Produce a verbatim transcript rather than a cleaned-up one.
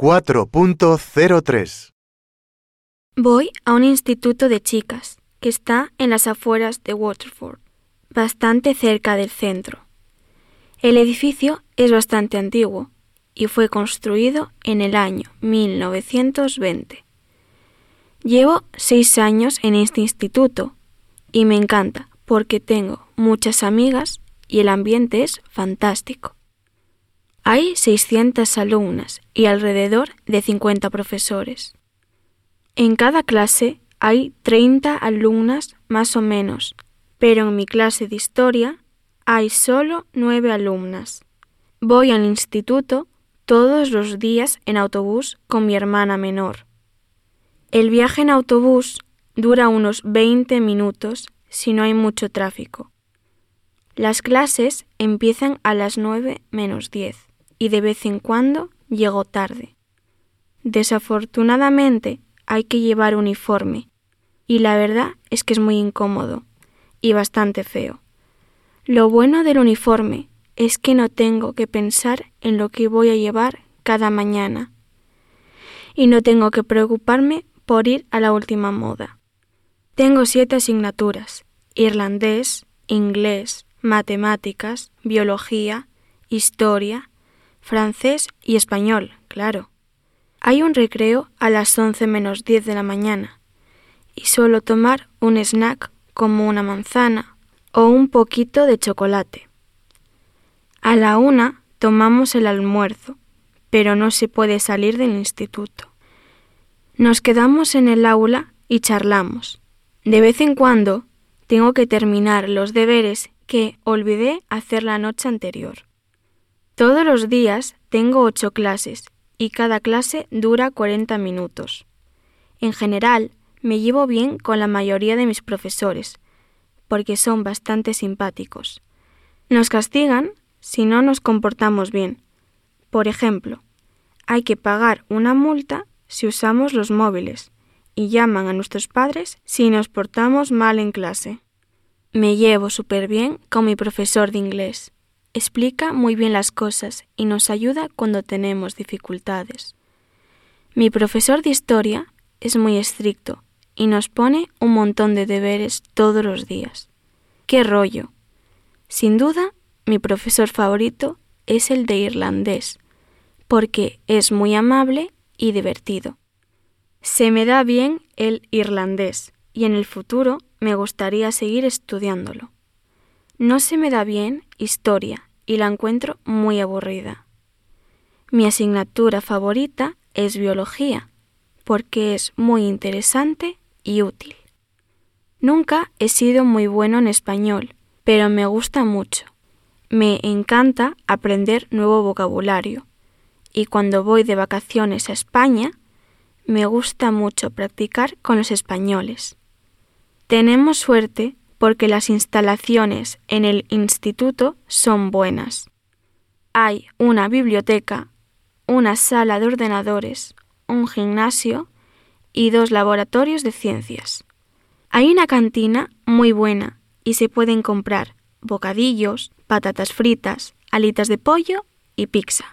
cuatro punto cero tres. Voy a un instituto de chicas que está en las afueras de Waterford, bastante cerca del centro. El edificio es bastante antiguo y fue construido en el año mil novecientos veinte. Llevo seis años en este instituto y me encanta porque tengo muchas amigas y el ambiente es fantástico. Hay seiscientas alumnas y alrededor de cincuenta profesores. En cada clase hay treinta alumnas más o menos, pero en mi clase de historia hay solo nueve alumnas. Voy al instituto todos los días en autobús con mi hermana menor. El viaje en autobús dura unos veinte minutos si no hay mucho tráfico. Las clases empiezan a las nueve menos diez y de vez en cuando llego tarde. Desafortunadamente hay que llevar uniforme y la verdad es que es muy incómodo y bastante feo. Lo bueno del uniforme es que no tengo que pensar en lo que voy a llevar cada mañana y no tengo que preocuparme por ir a la última moda. Tengo siete asignaturas: irlandés, inglés, matemáticas, biología, historia, francés y español, claro. Hay un recreo a las once menos diez de la mañana y suelo tomar un snack como una manzana o un poquito de chocolate. A la una tomamos el almuerzo, pero no se puede salir del instituto. Nos quedamos en el aula y charlamos. De vez en cuando tengo que terminar los deberes que olvidé hacer la noche anterior. Todos los días tengo ocho clases y cada clase dura cuarenta minutos. En general, me llevo bien con la mayoría de mis profesores, porque son bastante simpáticos. Nos castigan si no nos comportamos bien. Por ejemplo, hay que pagar una multa si usamos los móviles y llaman a nuestros padres si nos portamos mal en clase. Me llevo súper bien con mi profesor de inglés. Explica muy bien las cosas y nos ayuda cuando tenemos dificultades. Mi profesor de historia es muy estricto y nos pone un montón de deberes todos los días. ¡Qué rollo! Sin duda, mi profesor favorito es el de irlandés, porque es muy amable y divertido. Se me da bien el irlandés y en el futuro me gustaría seguir estudiándolo. No se me da bien historia y la encuentro muy aburrida. Mi asignatura favorita es biología, porque es muy interesante y útil. Nunca he sido muy bueno en español, pero me gusta mucho. Me encanta aprender nuevo vocabulario y cuando voy de vacaciones a España, me gusta mucho practicar con los españoles. Tenemos suerte porque las instalaciones en el instituto son buenas. Hay una biblioteca, una sala de ordenadores, un gimnasio y dos laboratorios de ciencias. Hay una cantina muy buena y se pueden comprar bocadillos, patatas fritas, alitas de pollo y pizza.